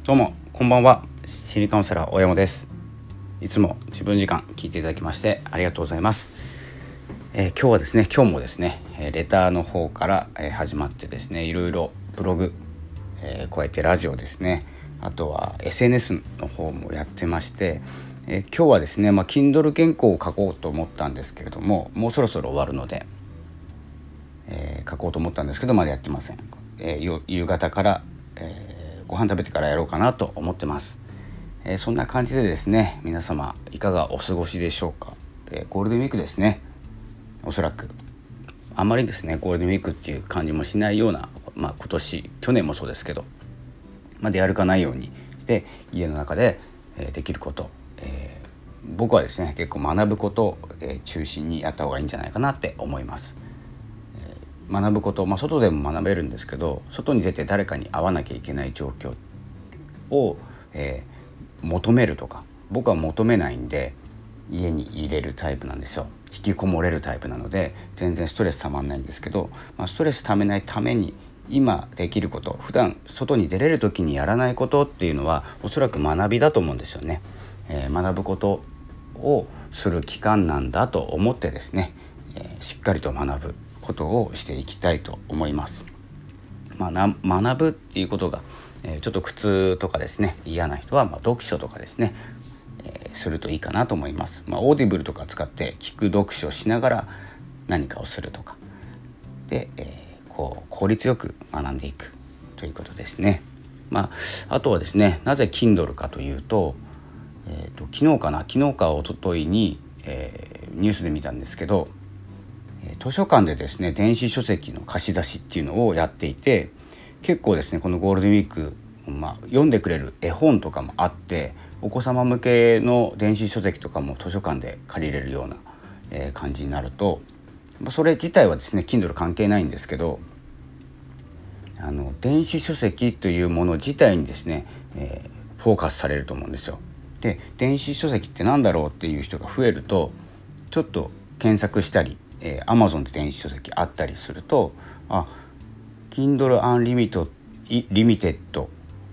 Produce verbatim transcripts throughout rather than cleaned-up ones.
どうもこんばんは。心理カウンセラー大山です。いつも自分時間聞いていただきましてありがとうございます。えー、今日はですね今日もですねレターの方から始まってですねいろいろブログ、えー、加えてラジオですね、あとは エスエヌエス の方もやってまして、えー、今日はですね、まあ、Kindle 原稿を書こうと思ったんですけれども、もうそろそろ終わるので、えー、書こうと思ったんですけどまだやってません。えー、夕方から、えーご飯食べてからやろうかなと思ってます。えー、そんな感じでですね、皆様いかがお過ごしでしょうか。えー、ゴールデンウィークですね。おそらくあんまりですねゴールデンウィークっていう感じもしないような、まあ、今年去年もそうですけど、まあ、出歩かないようにして家の中で、えー、できること、えー、僕はですね結構学ぶことを、えー、中心にやった方がいいんじゃないかなって思います。学ぶこと、まあ、外でも学べるんですけど、外に出て誰かに会わなきゃいけない状況を、えー、求めるとか、僕は求めないんで家に入れるタイプなんですよ。引きこもれるタイプなので全然ストレスたまんないんですけど、まあ、ストレスためないために今できること、普段外に出れる時にやらないことっていうのはおそらく学びだと思うんですよね。えー、学ぶことをする期間なんだと思ってですね、えー、しっかりと学ぶことをしていきたいと思います。まあ、な学ぶっていうことが、えー、ちょっと苦痛とかですね嫌な人は、まあ、読書とかですね、えー、するといいかなと思います。まあ、オーディブルとか使って聞く読書をしながら何かをするとかで、えー、こう効率よく学んでいくということですね。まあ、あとはですねなぜ Kindle かというと、えー、と昨日かな昨日か一昨日に、えー、ニュースで見たんですけど、図書館でですね電子書籍の貸し出しっていうのをやっていて、結構ですねこのゴールデンウィーク、まあ、読んでくれる絵本とかもあって、お子様向けの電子書籍とかも図書館で借りれるような、えー、感じになると、それ自体はですね Kindle 関係ないんですけど、あの電子書籍というもの自体にですね、えー、フォーカスされると思うんですよ。で電子書籍ってなんだろうっていう人が増えると、ちょっと検索したり、えー、Amazon で電子書籍あったりすると、あ Kindle Unlimited Limited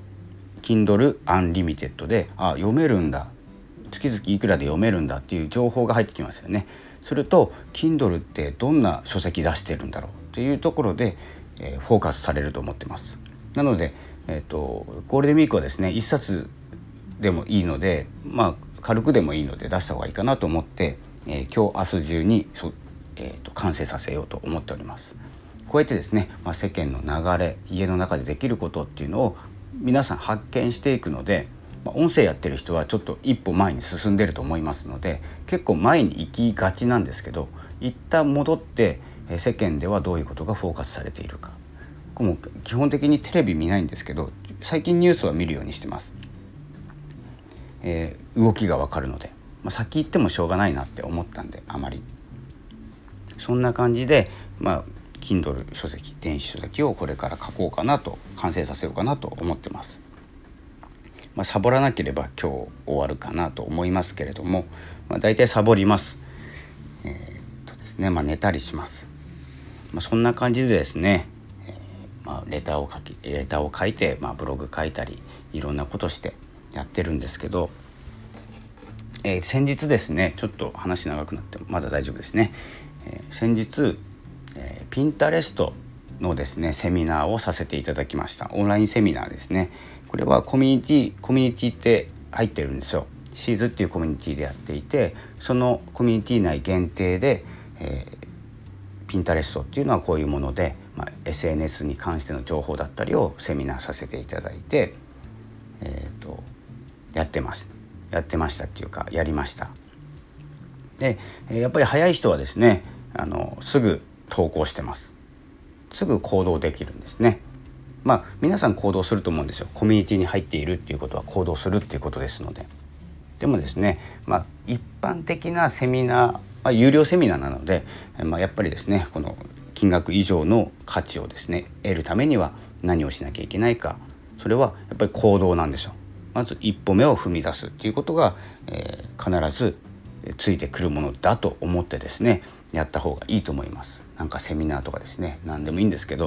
Kindle Unlimited であ読めるんだ、月々いくらで読めるんだっていう情報が入ってきますよね。すると Kindle ってどんな書籍出してるんだろうっていうところで、えー、フォーカスされると思ってます。なので、えーと、ゴールデンウィークはですねいっさつでもいいので、まあ軽くでもいいので出した方がいいかなと思って、えー、今日明日中にそ、えーと、完成させようと思っております。こうやってですね、まあ、世間の流れ、家の中でできることっていうのを皆さん発見していくので、まあ、音声やってる人はちょっと一歩前に進んでると思いますので、結構前に行きがちなんですけど、一旦戻って世間ではどういうことがフォーカスされているか、僕も基本的にテレビ見ないんですけど最近ニュースは見るようにしてます。えー、動きがわかるので、まあ、先行ってもしょうがないなって思ったんで、あまりそんな感じで、まあ、Kindle 書籍電子書籍をこれから書こうかなと、完成させようかなと思ってます。まあ、サボらなければ今日終わるかなと思いますけれども、まあ、大体サボります。えー、っとですね、まあ、寝たりします。まあ、そんな感じでですね、えーまあ、レターを書きレターを書いて、まあ、ブログ書いたりいろんなことしてやってるんですけど、えー、先日ですねちょっと話長くなってもまだ大丈夫ですね、えー、先日、えー、ピンタレストのですねセミナーをさせていただきました。オンラインセミナーですね。これはコミュニティコミュニティって入ってるんですよ。シーズっていうコミュニティでやっていて、そのコミュニティ内限定で、えー、ピンタレストっていうのはこういうもので、まあ、エスエヌエス に関しての情報だったりをセミナーさせていただいて、えーとやってますやってましたっていうかやりました。でやっぱり早い人はですねあのすぐ投稿してます。すぐ行動できるんですね。まあ皆さん行動すると思うんですよ。コミュニティに入っているっていうことは行動するっていうことですので。でもですね、まあ、一般的なセミナー、まあ、有料セミナーなので、まあ、やっぱりですねこの金額以上の価値をですね得るためには何をしなきゃいけないか、それはやっぱり行動なんですよ。まず一歩目を踏み出すっていうことが、えー、必ずついてくるものだと思ってですねやった方がいいと思います。なんかセミナーとかですね何でもいいんですけど、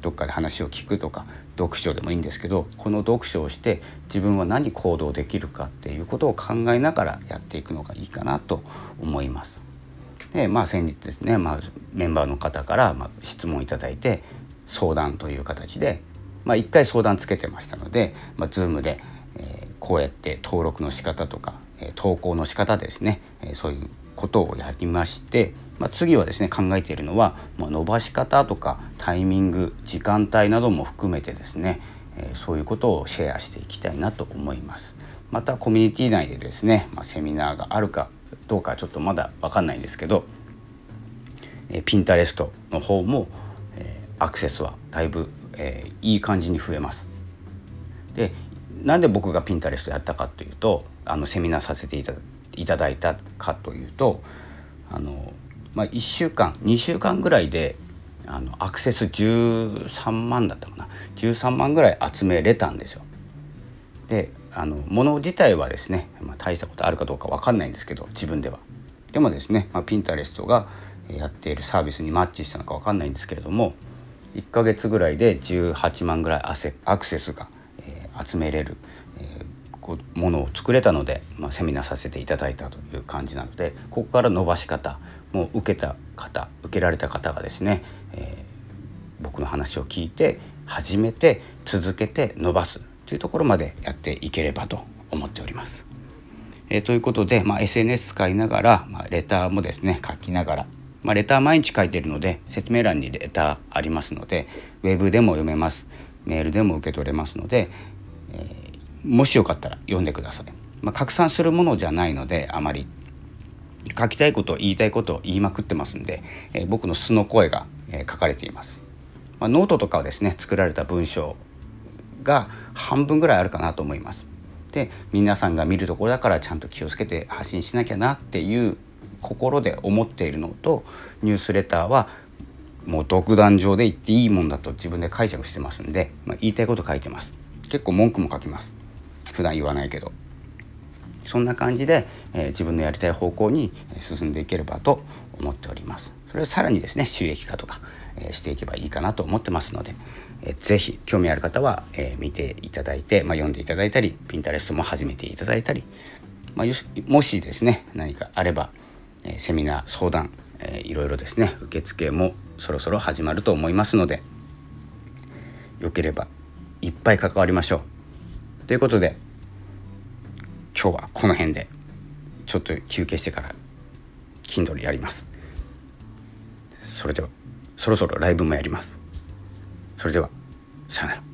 どっかで話を聞くとか読書でもいいんですけど、この読書をして自分は何行動できるかっていうことを考えながらやっていくのがいいかなと思います。で、まあ、先日ですね、まあ、メンバーの方からまあ質問いただいて相談という形で、まあ、いっかい相談つけてましたので、まあ、Zoom で、えー、こうやって登録の仕方とか、えー、投稿の仕方ですね、えー、そういうことをやりまして、まあ、次はですね考えているのは、まあ、伸ばし方とかタイミング、時間帯なども含めてですね、えー、そういうことをシェアしていきたいなと思います。またコミュニティ内でですね、まあ、セミナーがあるかどうかちょっとまだ分かんないんですけど、えー、ピンタレストの方も、えー、アクセスはだいぶ、えー、いい感じに増えます。で、なんで僕がピンタレストやったかというと、あのセミナーさせていただいただいたかというと、あの、まあ、いっしゅうかんにしゅうかんぐらいであのアクセスじゅうさんまんだったかな、じゅうさんまんぐらい集めれたんですよ。で、あの物自体はですね、まあ、大したことあるかどうか分かんないんですけど、自分ではでもですね、まあ、ピンタレストがやっているサービスにマッチしたのか分かんないんですけれども、いっかげつぐらいでじゅうはちまんぐらいアクセスが、えー、集めれる、えー、こうものを作れたので、まあ、セミナーさせていただいたという感じなので、ここから伸ばし方もう受けた方受けられた方がですね、えー、僕の話を聞いて始めて続けて伸ばすというところまでやっていければと思っております。えー、ということで、まあ、エスエヌエス 使いながら、まあ、レターもですね書きながら、まあ、レター毎日書いているので説明欄にレターありますので、ウェブでも読めます、メールでも受け取れますので、えー、もしよかったら読んでください。まあ、拡散するものじゃないので、あまり書きたいこと言いたいことを言いまくってますんで、えー、僕の素の声が、えー、書かれています。まあ、ノートとかはですね作られた文章が半分ぐらいあるかなと思います。で、皆さんが見るところだからちゃんと気をつけて発信しなきゃなっていう心で思っているのと、ニュースレターはもう独壇場で言っていいもんだと自分で解釈してますんで、まあ、言いたいこと書いてます。結構文句も書きます。普段言わないけど、そんな感じで、えー、自分のやりたい方向に進んでいければと思っております。それをさらにですね収益化とか、えー、していけばいいかなと思ってますので、えー、ぜひ興味ある方は、えー、見ていただいて、まあ、読んでいただいたり、ピンタレストも始めていただいたり、まあ、よしもしですね何かあれば、えー、セミナー相談、えー、いろいろですね受付もそろそろ始まると思いますので、よければいっぱい関わりましょうということで、今日はこの辺でちょっと休憩してから Kindle やります。それではそろそろライブもやります。それではさよなら。